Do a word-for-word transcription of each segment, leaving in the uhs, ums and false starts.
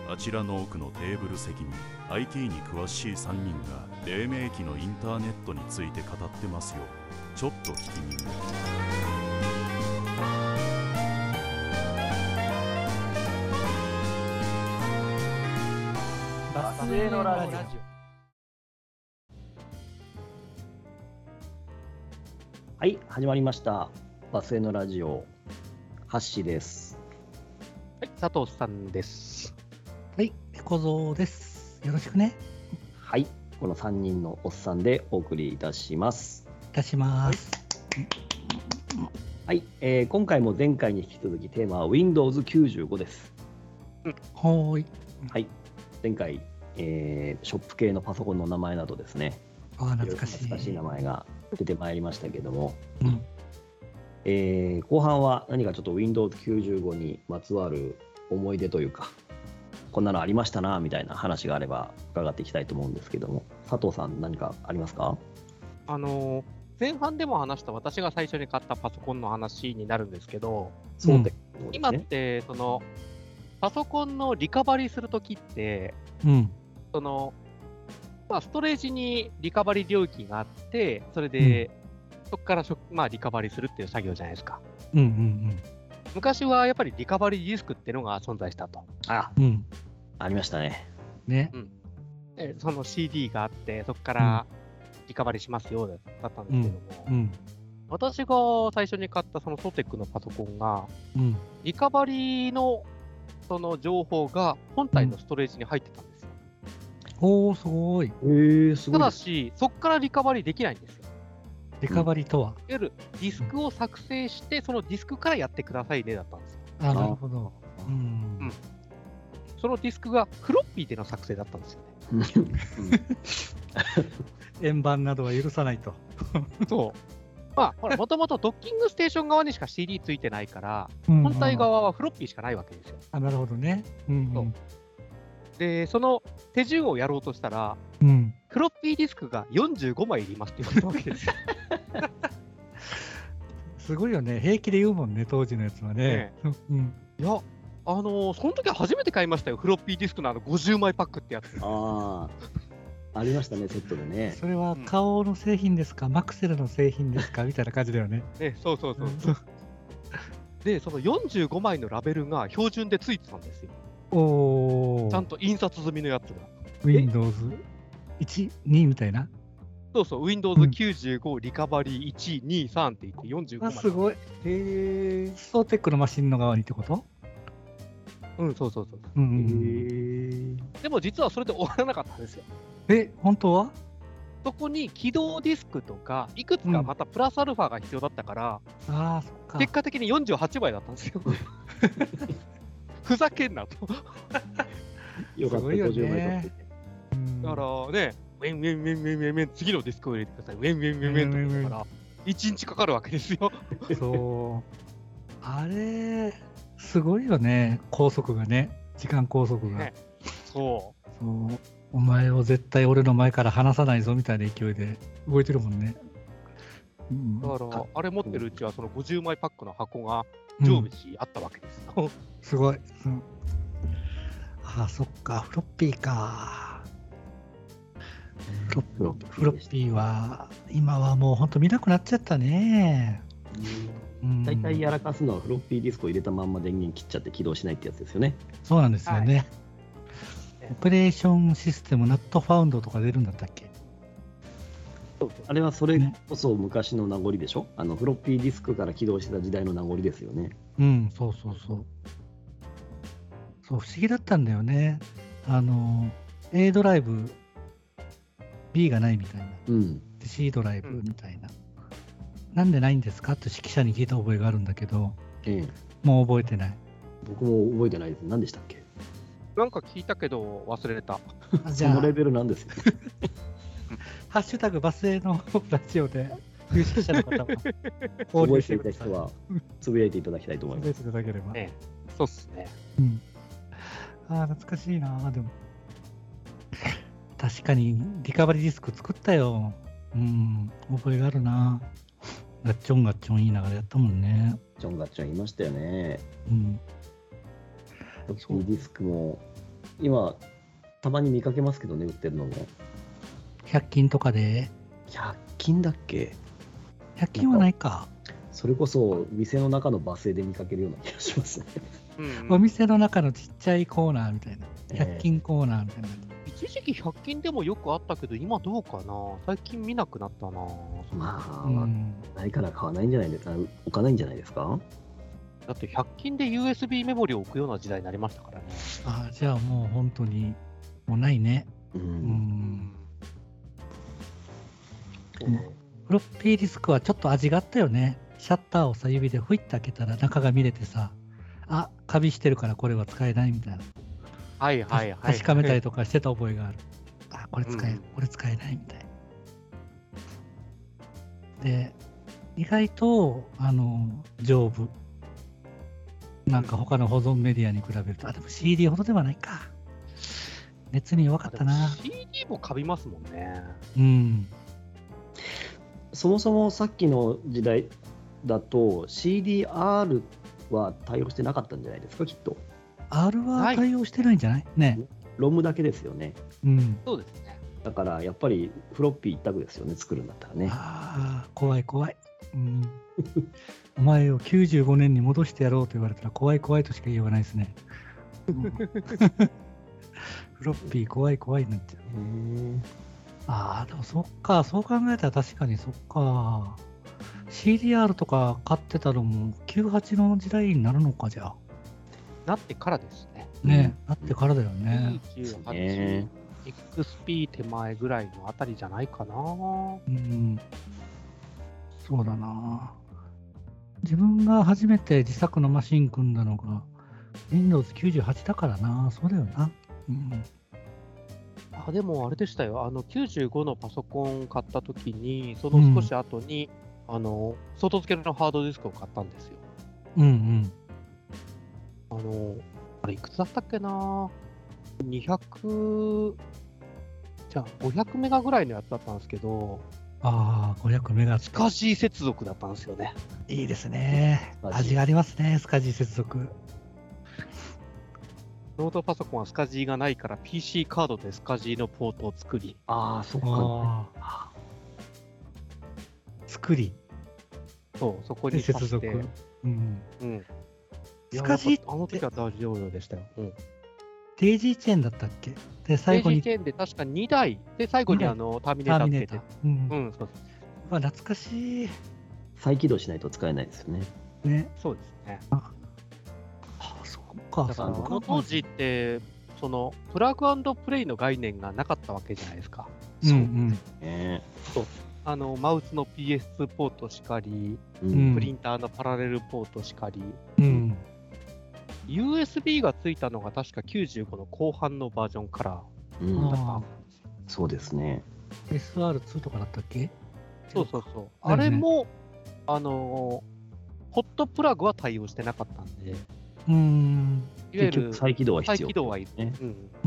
あちらの奥のテーブル席に アイティー に詳しいさんにんが黎明期のインターネットについて語ってますよ。ちょっと聞きに。 バスへのラジオ。 はい、始まりました。バスへのラジオ、ハッシーです。 はい、佐藤さんです。 はい、小僧です。よろしくね。 はい、このさんにんのおっさんでお送りいたします。 いたします。 はい、えー、今回も前回に引き続きテーマは ウィンドウズきゅうじゅうご です。 うん、はーい。 はい、前回、えー、ショップ系のパソコンの名前などですね。 ああ、懐かしい。 懐かしい名前が出てまいりましたけども、 うん、 えー、後半は何かちょっと ウィンドウズきゅうじゅうご にまつわる思い出というか、こんなのありましたなみたいな話があれば伺っていきたいと思うんですけども、佐藤さん何かありますか？ あのー、前半でも話した私が最初に買ったパソコンの話になるんですけど、 そうで、ね、 今ってそのパソコンのリカバリーするときって、 うん、 そのまあ、ストレージにリカバリー領域があって、それで、うん、そこからしょ、まあ、リカバリーするっていう作業じゃないですか。 うんうんうん、 昔はやっぱりリカバリーディスクっていうのが存在したと。 あ、 うん、 ありましたね。 ね。 うん、でその シーディー があって、そこからリカバリーしますよだったんですけども、うんうん、私が最初に買ったそのソテックのパソコンが、うん、リカバリーのその情報が本体のストレージに入ってたんですよ。 おー、すごい。 えー、すごい。 ただし、そこからリカバリーできないんですよ。 リカバリーとは、 いわゆるディスクを作成して、そのディスクからやってくださいねだったんですよ。 あ、なるほど。うん、うん、 そのディスクがフロッピーでの作成だったんですよね。 円盤などは許さないと。 そう。まあ、ほら、もともとドッキングステーション側にしか シーディー ついてないから、うん、本体側はフロッピーしかないわけですよ。 あ、なるほどね。うんうん、 そうで、その手順をやろうとしたら、 うん、 フロッピーディスクがよんじゅうごまいいりますって言われたわけですよ。 すごいよね。平気で言うもんね、当時のやつはね。ねうん、いや、あのー、その時は初めて買いましたよ、フロッピーディスクのあのごじゅうまいパックってやつ。 ああ、ありましたね、セットでね。 それは花王の製品ですか、うん、マクセルの製品ですかみたいな感じだよね。 ね、そうそうそうそう。で、そのよんじゅうごまいのラベルが標準でついてたんですよ。 おー。 ちゃんと印刷済みのやつが。 ウィンドウズいち、にみたいな。 そうそう、ウィンドウズきゅうじゅうご、うん、リカバリーいち、に、さんって言ってよんじゅうごまい。 あ、すごい。へえ。ソーテックのマシンの側にってこと？ うん、そうそうそう。 うん、へえ。でも実はそれで終わらなかったんですよ。 え、本当は？ そこに起動ディスクとか、いくつかまたプラスアルファが必要だったから、 うん、ああ、そっか。 結果的によんじゅうはちばいだったんですよ。ふざけんなと。 よかった、ごじゅうまい取ってて。 だからね、ウェンウェンウェンウェンウェンウェン、次のディスクを入れてください。ウェンウェンウェンウェンとかだから、いちにちかかるわけですよ。 そう。あれ、すごいよね、高速がね、時間高速が。ね、 そう。 そう。お前を絶対俺の前から離さないぞみたいな勢いで動いてるもんね。 うん、だから、あれ持ってるうちは、そのごじゅうまいパックの箱が常備しあったわけですよ。うん、 すごい。うん、ああ、そっか、フロッピーか。フロッピー、フロッピーは、今はもう本当見なくなっちゃったね。 大体、うん、やらかすのはフロッピーディスクを入れたまんま電源切っちゃって起動しないってやつですよね。 そうなんですよね。はい、オペレーションシステムナットファウンドとか出るんだったっけ？ あれはそれこそ昔の名残でしょ、ね、あのフロッピーディスクから起動してた時代の名残ですよね。 うん、そうそうそう。そう、不思議だったんだよね。あの A ドライブ B がないみたいな、 うん、 で C ドライブみたいな、うん、なんでないんですかって指揮者に聞いた覚えがあるんだけど、 ええ、 もう覚えてない。 僕も覚えてないです。何でしたっけ？ なんか聞いたけど忘れた。 そのレベルなんですよ。 ハッシュタグバスへのラジオで有識者の方は覚えていた人はつぶやいていただきたいと思います。 つぶやいていただければ。 ね、そうっすね。 うん。ああ、懐かしいな。でも確かにリカバリーディスク作ったよ。うん、覚えがあるな。ガッチョンガッチョン言いながらやったもんね。 ガッチョンガッチョン言いましたよね。 うん。 フロッピーディスクも今たまに見かけますけどね、売ってるのも。 ひゃく均とかで。 ひゃく均だっけ？ ひゃく均はないか。 それこそ店の中のバス停で見かけるような気がしますね。 うんうん、 お店の中のちっちゃいコーナーみたいな。ひゃく均コーナーみたいな。 一時期ひゃく均でもよくあったけど、今どうかな、最近見なくなったな。 まあ、 うん、 ないから買わないんじゃないですか、置かないんじゃないですか。 だってひゃく均で ユーエスビー メモリを置くような時代になりましたからね。 ああ、じゃあもう本当に、もうないね。 うん。 うんそうね、 フロッピーディスクはちょっと味があったよね。シャッターをさ、指でふいって開けたら中が見れてさ、あ、カビしてるからこれは使えないみたいな。 はいはいはい、はい。 確かめたりとかしてた覚えがある。あ、これ使え、 うんこれ使えないみたいな。で、意外と、あの、丈夫。なんか他の保存メディアに比べると、あ、でも シーディー ほどではないか。熱に弱かったな。 シーディー もカビますもんね。 うん。 そもそもさっきの時代だと シーディーアール は対応してなかったんじゃないですか、きっと。 R は対応してないんじゃないね。 ロムだけですよね。 うん。 そうですね。 だからやっぱりフロッピー一択ですよね、作るんだったらね。 ああ、怖い怖い。うん。お前をきゅうじゅうごねんに戻してやろうと言われたら怖い怖いとしか言いようがないですね。うん、フロッピー怖い怖いになっちゃう。ああ、でもそっか、そう考えたら確かにそっか。シーディーアール とか買ってたのもきゅうじゅうはちの時代になるのか、じゃあ。 なってからですね。 ね、なってからだよね。 きゅうじゅうはち、エックスピー 手前ぐらいのあたりじゃないかな。 うん。そうだな。自分が初めて自作のマシン組んだのが ウィンドウズきゅうじゅうはち だからな。そうだよな。うん。 あ、でもあれでしたよ。あのきゅうじゅうごのパソコン買った時に、その少し後に、うん、あの外付けのハードディスクを買ったんですよ。 うんうん。 あの、あれいくつだったっけな、にひゃく、じゃあごひゃくメガぐらいのやつだったんですけど、 ああ、ごひゃくメガ。 スカジー接続だったんですよね。 いいですね。味がありますね、スカジー接続。 ノートパソコンはスカジーがないから ピーシー カードでスカジーのポートを作り。 ああ、そっか。 作り。 そう、そこに接続。 うん。 うん。 スカジーあの時は大丈夫でしたよ。うん。 デイジーチェーンだったっけ？で、最後に。 デイジーチェーンで確かにだい。で、最後にあのターミネーターつけて。 うん。 うん、そうです。 うわ、懐かしい。 再起動しないと使えないですよね。 ね。そうですね。 あ、あ、そうか。 だからあの当時って、そのプラグ&プレイの概念がなかったわけじゃないですか。 そうですね。 そう。あのマウスの ピーエスツー ポートしかり、 うん、 プリンターのパラレルポートしかり、 うん、 ユーエスビー がついたのが確かきゅうじゅうごの後半のバージョンからだったんですよ。 そうですね。 エスアールツー とかだったっけ？ そうそうそう。あれも、あのー、ホットプラグは対応してなかったんで、 うーん、 いわゆる再起動は必要。 再起動はいる、 ね。 うんうん、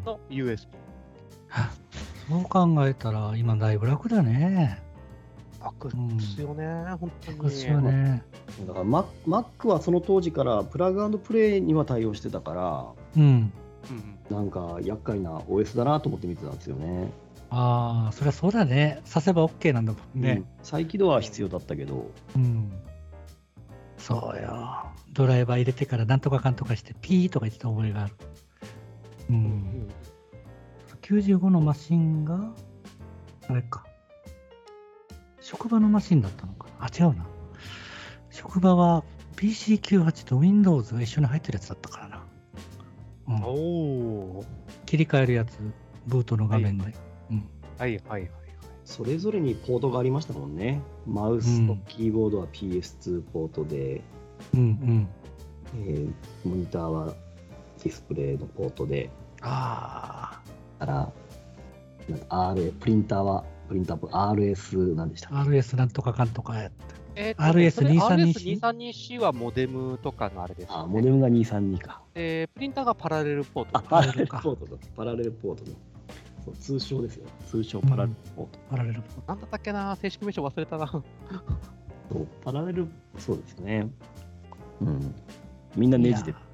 の ユーエスビー。 そう考えたら、今だいぶ楽だね。 楽ですよね、うん、本当に。 楽ですよね。 だから Mac, Mac はその当時からプラグ&プレイには対応してたから、 うん、 なんか厄介な オーエス だなと思って見てたんですよね。 ああ、そりゃそうだね。させば OK なんだもんね。 うん、再起動は必要だったけど。 うん。そうよ。ドライバー入れてからなんとかかんとかしてピーとか言ってた覚えがある。うん。うん、きゅうじゅうごのマシンが、あれか。職場のマシンだったのかな。あ、違うな。職場は ピーシーきゅうじゅうはち と Windows が一緒に入ってるやつだったからな。うん、 おー。 切り替えるやつ、ブートの画面で。はい、うん、 はいはいはい。 それぞれにポートがありましたもんね。マウスとキーボードは ピーエスツー ポートで、 うんうんえー、モニターはディスプレイのポートで、 ああらなんか R プリンターはプリンター アールエス なんでしたっけ？ アールエス なんとかかんとかやって。 えー、 アールエスにーさんにーシー？ アールエスにーさんにーシー はモデムとかのあれです、ね。 あ、モデムがにーさんにか。 で、プリンターがパラレルポート。 あ、パラレルポートだ。パラレルポートね。そう、通称ですよ。通称パラレルポート。 うん、パラレルポート。 なんだったっけな、正式名称忘れたな。そう、 パラレル、そうですね。うん。みんなネジで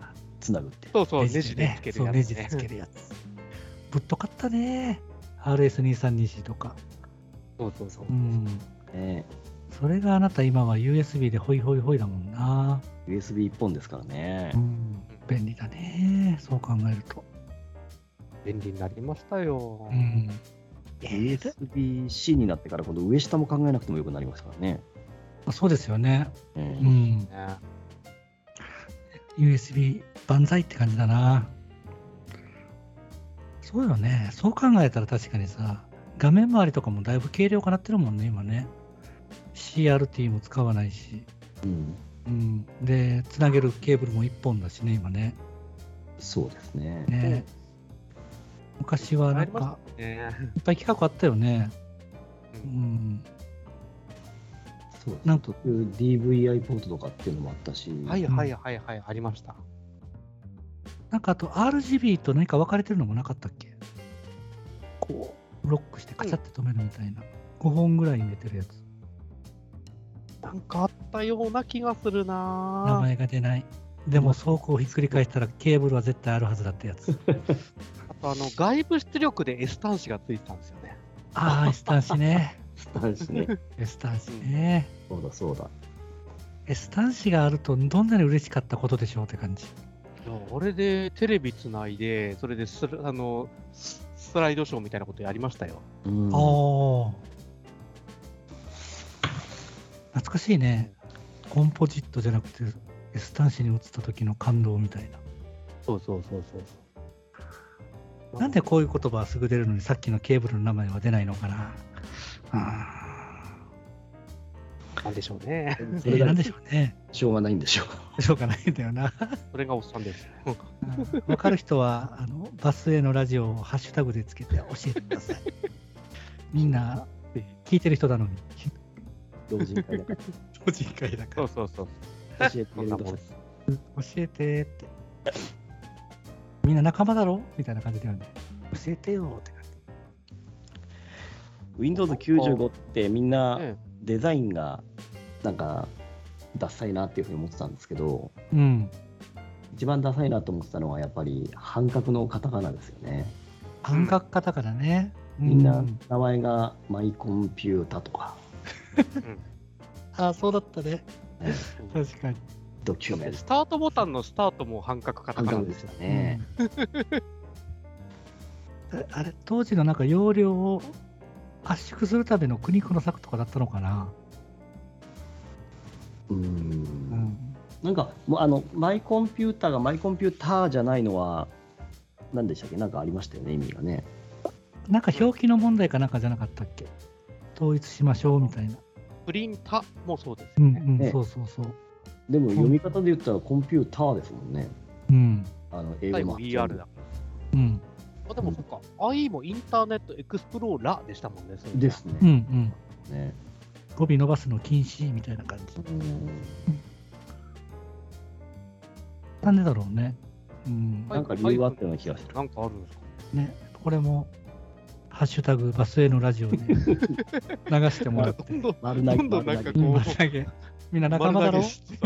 つなぐって。 そうそう、ネネジジでつけるやつ、ね。そう、 でつけるやつ、ね。 ネジでつけるやつ。ぶっとかったね。アールエスにさんにシー とか。 そうそうそう。 うん。 ね、 それがあなた今は ユーエスビー でホイホイホイだもんな。 ユーエスビー 一本ですからね。 うん。便利だね。そう考えると。 便利になりましたよ。 うん。 ユーエスビーシー になってから今度上下も考えなくてもよくなりますからね。 そうですよね。 うん。 うん。ユーエスビー 万歳って感じだな。そうよね。そう考えたら確かにさ、画面周りとかもだいぶ軽量化なってるもんね、今ね。シーアールティー も使わないし。 うん。 うん。で、つなげるケーブルもいっぽんだしね、今ね。 そうですね。 ね。昔はなんか、いっぱい企画あったよね。うん。 そうですね。なんか ディーブイアイ ポートとかっていうのもあったし。 はいはいはいはい、ありました。 なんかあと アールジービー と何か分かれてるのもなかったっけ？こう、ロックしてカチャって止めるみたいな。ごほんぐらいに出てるやつ。 なんかあったような気がするな。 名前が出ない。でも倉庫をひっくり返したらケーブルは絶対あるはずだってやつ。 あとあの外部出力で S 端子がついてたんですよね。 ああ、S 端子ね。 S 端子ね。 S 端子ね。 そうだそうだ。 S 端子があるとどんなに嬉しかったことでしょうって感じ。 俺でテレビつないで、それでスあのスライドショーみたいなことやりましたよ。 うん、ああ。懐かしいね。コンポジットじゃなくて S 端子に映った時の感動みたいな。 そうそうそうそう。 なんでこういう言葉はすぐ出るのにさっきのケーブルの名前は出ないのかな。あなんでしょうね。 それなんでしょうね。 しょうがないんでしょう。 しょうがないんだよな。 それがおっさんです。 わかる人はあのバスへのラジオをハッシュタグでつけて教えてください。みんな聞いてる人なのに。 老人会だから。 老人会だから。 そうそうそう。 教えてください。 教えてって。みんな仲間だろみたいな感じではね。教えてよって感じ。 ウィンドウズきゅうじゅうご ってみんなデザインがなんかダサいなっていうふうに思ってたんですけど、 うん、 一番ダサいなと思ってたのはやっぱり半角のカタカナですよね。 半角カタカナね。 みんな名前がマイコンピュータとか。 うん、 ああ、そうだったね。確かに。 ドキュメント。 スタートボタンのスタートも半角カタカナですよね。 うん、あれ、当時のなんか容量を圧縮するための苦肉の策とかだったのかな。 うーん。うん、なんかもうあのマイコンピューターがマイコンピューターじゃないのは何でしたっけ？なんかありましたよね、意味がね。 なんか表記の問題かなんかじゃなかったっけ？統一しましょうみたいな。 プリンタもそうですよね。 うんうん、ね、そうそうそう。 でも読み方で言ったらコンピューターですもんね。 うん。 あの英語のイーアール だ。 うん。 あでもそっか、うん、アイイー もインターネットエクスプローラーでしたもんね。 ですね。 うんうん。 ね。 語尾伸ばすの禁止みたいな感じ。うん。なんでだろうね。うん。 なんか理由があったような気がする。 なんかあるんですかね。これもハッシュタグバスへのラジオで流してもらって。 丸投げ。 どんどんなんかこう。 丸投げ。みんな仲間だろ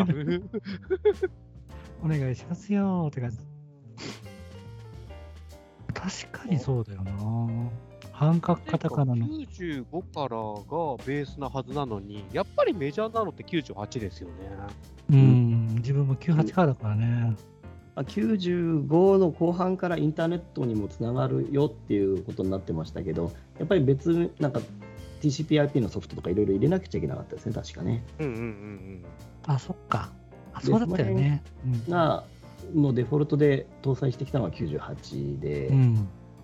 お願いしますよって感じ。確かにそうだよな。半角カタカナの。 きゅうじゅうごからがベースなはずなのに、やっぱりメジャーなのってきゅうじゅうはちですよね。 うん、自分もきゅうじゅうはちからだからね。 きゅうじゅうごの後半からインターネットにもつながるよっていうことになってましたけど、やっぱり別なんか ティーシーピーアイピー のソフトとかいろいろ入れなくちゃいけなかったですね、確かね。 うんうんうんうん。 あ、そっか。あ、そうだったよね。 うん、がもうデフォルトで搭載してきたのはきゅうじゅうはちで、うん、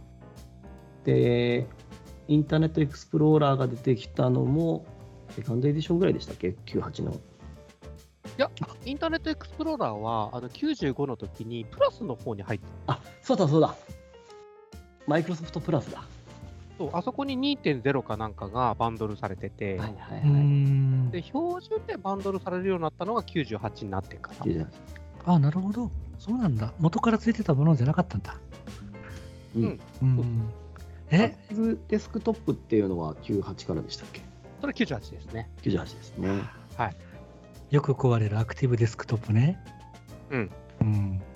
でインターネットエクスプローラーが出てきたのもセカンドエディションぐらいでしたっけ、きゅうじゅうはちの。 いや、インターネットエクスプローラーはあのきゅうじゅうごの時にプラスの方に入ってた。あ、そうだそうだ。マイクロソフトプラスだ。 そう、あそこに にてんゼロ かなんかがバンドルされてて、 はいはいはい、 で標準でバンドルされるようになったのがきゅうじゅうはちになってから。 あ、なるほど。そうなんだ。元からついてたものじゃなかったんだ。 うん。うん、えデスクトップっていうのはきゅうじゅうはちからでしたっけ？ それきゅうじゅうはちですね。 きゅうじゅうはちですね。 はい。 よく壊れるアクティブデスクトップね。 うん。 うん。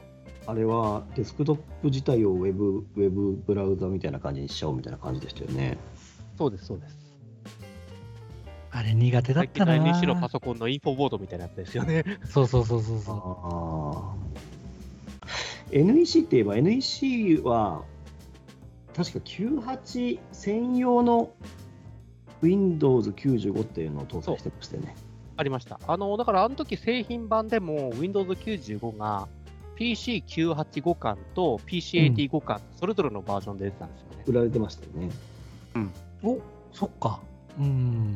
あれはデスクトップ自体をウェブ、ウェブブラウザみたいな感じにしちゃおうみたいな感じでしたよね。 そうです、そうです。 あれ苦手だったな。 最近の エヌイーシー のパソコンのインフォボードみたいなやつですよね。 そうそうそうそうそう。 ああ。エヌイーシー って言えば エヌイーシー は確かきゅうじゅうはち専用の ウィンドウズきゅうじゅうご っていうのを搭載してましたよね。 ありました。あの、だからあの時製品版でも ウィンドウズきゅうじゅうご が ピーシーきゅうはちご 巻と ピーシーエイティーご 巻、それぞれのバージョンで出てたんですよね。 売られてましたよね。 うん。 お、そっか。うん。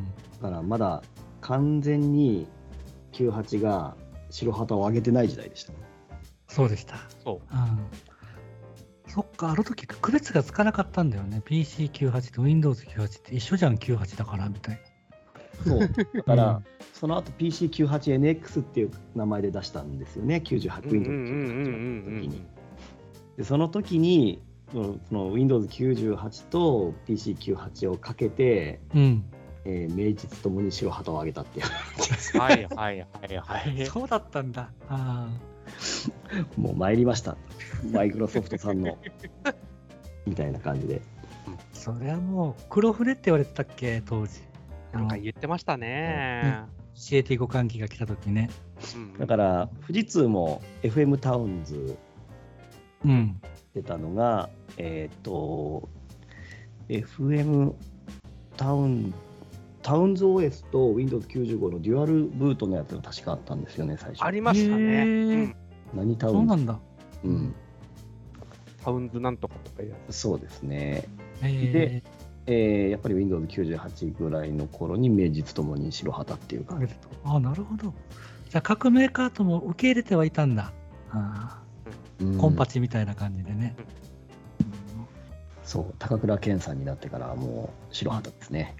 だからまだ完全にきゅうじゅうはちが白旗を上げてない時代でしたね。 そうでした。 そう。 うん。そっか、あの時区別がつかなかったんだよね。ピーシーきゅうじゅうはち と ウィンドウズきゅうじゅうはち って一緒じゃん、きゅうじゅうはちだからみたいな。 そう。だから、 うん、 その後 ピーシーきゅうじゅうはちエヌエックス っていう名前で出したんですよね。きゅうじゅうはち、ウィンドウズきゅうじゅうはちの時に。で、その時に、その ウィンドウズきゅうじゅうはち と ピーシーきゅうじゅうはち をかけて、うんえー、名実ともに白旗を上げたっていう。 はいはいはいはい。 そうだったんだ。あもう参りました。マイクロソフトさんの。みたいな感じで。 それはもう黒船って言われてたっけ、当時。 なんか言ってましたね。 シーエーティーご 換気が来た時ね。 だから富士通も エフエム タウンズ出たのが、うん、えっ、ー、と エフエム タウンタウンズ オーエス と ウィンドウズきゅうじゅうご のデュアルブートのやつが確かあったんですよね、最初。 ありましたね。うん、 何タウンズ？ そうなんだ。 うん。 タウンズなんとかとかいうやつ。 そうですね。で、えー、やっぱり ウィンドウズきゅうじゅうはち ぐらいの頃に名実ともに白旗っていう感じ。 ああ、なるほど。じゃあ各メーカーとも受け入れてはいたんだ。あうん、コンパチみたいな感じでね。うんそう、高倉健さんになってからもう白旗ですね。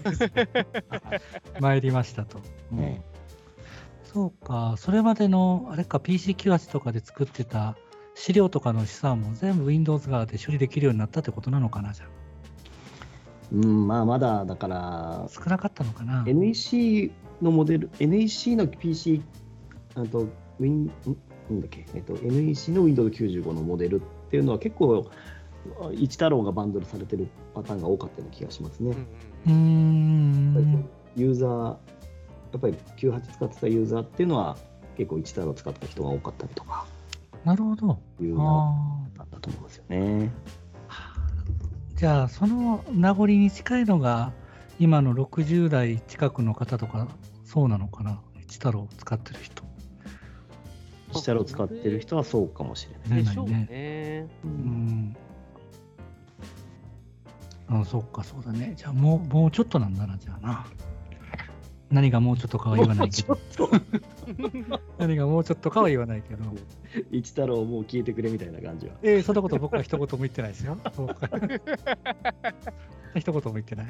参りましたと、うんね。そうか、それまでのあれか ピーシーきゅうじゅうはち とかで作ってた資料とかの資産も全部 Windows 側で処理できるようになったってことなのかな、じゃあ。 うん、まあまだだから少なかったのかな。 エヌイーシー のモデル、エヌイーシー の ピーシー、あと Win、なんだっけ、えっと エヌイーシー の ウィンドウズきゅうじゅうご のモデルっていうのは結構一太郎がバンドルされてるパターンが多かったような気がしますね。 うーん。 ユーザー、やっぱりきゅうじゅうはち使ってたユーザーっていうのは結構一太郎使った人が多かったりとか。 なるほど。 いうのだったと思うんですよね。 じゃあその名残に近いのが今のろくじゅう代近くの方とかそうなのかな、一太郎を使ってる人。 一太郎を使ってる人はそうかもしれないでしょうね。 うん。ああ、そうか、そうだね。じゃあもうもうちょっとなんだな、じゃあな。何がもうちょっとかは言わないけど。何がもうちょっとかは言わないけど。 一太郎もう聞いてくれみたいな感じは。 ええー、そんなこと僕は一言も言ってないですよ。一言も言ってない。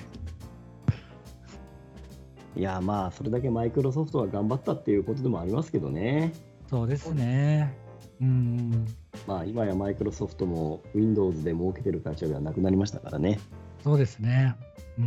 いや、まあ、それだけマイクロソフトが頑張ったっていうことでもありますけどね。 そうですね。うん。 まあ、今やマイクロソフトも Windows で儲けてる会社ではなくなりましたからね。 そうですね。うん。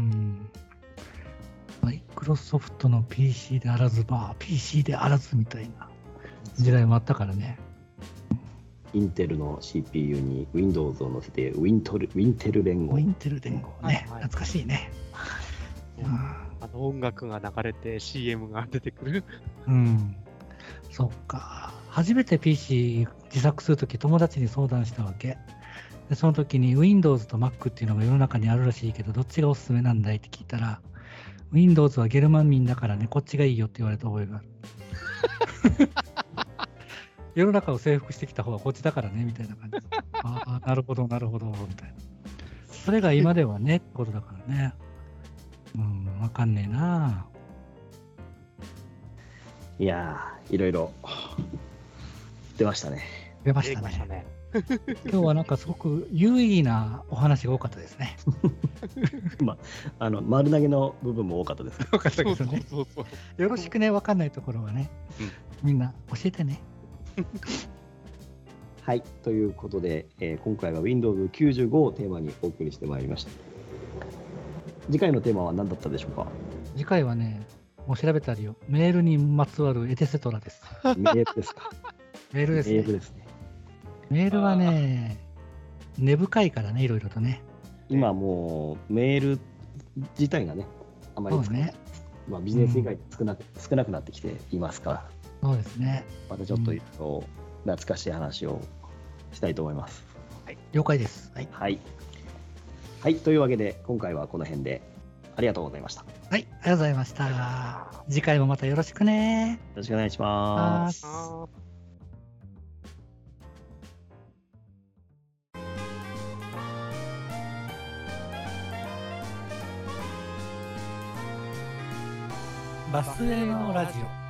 マイクロソフトの ピーシー であらずば ピーシー であらずみたいな時代もあったからね。 インテルの シーピーユー に Windows を載せてウィントル、ウィンテル連合。 ウィンテル連合ね、はいはい、懐かしいね。 うん、あの音楽が流れて シーエム が出てくる。 うん。そっか。初めて ピーシー 自作するとき友達に相談したわけ。でその時に Windows と Mac っていうのが世の中にあるらしいけどどっちがおすすめなんだいって聞いたら Windows はゲルマン民だからねこっちがいいよって言われた覚えがある。世の中を征服してきた方はこっちだからねみたいな感じ。ああ、なるほどなるほどみたいな。それが今ではねってことだからね。うん、わかんねえな。 いやー、いろいろ出ましたね。 出ましたね。今日はなんかすごく有意義なお話が多かったですね。 まあ、あの丸投げの部分も多かったです。 多かったですね。そうそうそう。よろしくね、わかんないところはね、うん、みんな教えてね。 はい、ということで、えー、今回は ウィンドウズきゅうじゅうご をテーマにお送りしてまいりました。次回のテーマは何だったでしょうか？ 次回はね、もう調べてあるよ。メールにまつわるエテセトラです。 メールですか？ メールですね。 メールですね。 メールはね、根深いからね、いろいろとね。 今もうメール自体がね、あまり使わない、ね、まあ、ビジネス以外少なく、うん、少なくなってきていますから、 そうですね。 またちょっといろいろ懐かしい話をしたいと思います。 はい、了解です。はい、 はいはい、というわけで今回はこの辺でありがとうございました。 はい、ありがとうございました。次回もまたよろしくね。よろしくお願いします。 バスへのラジオ。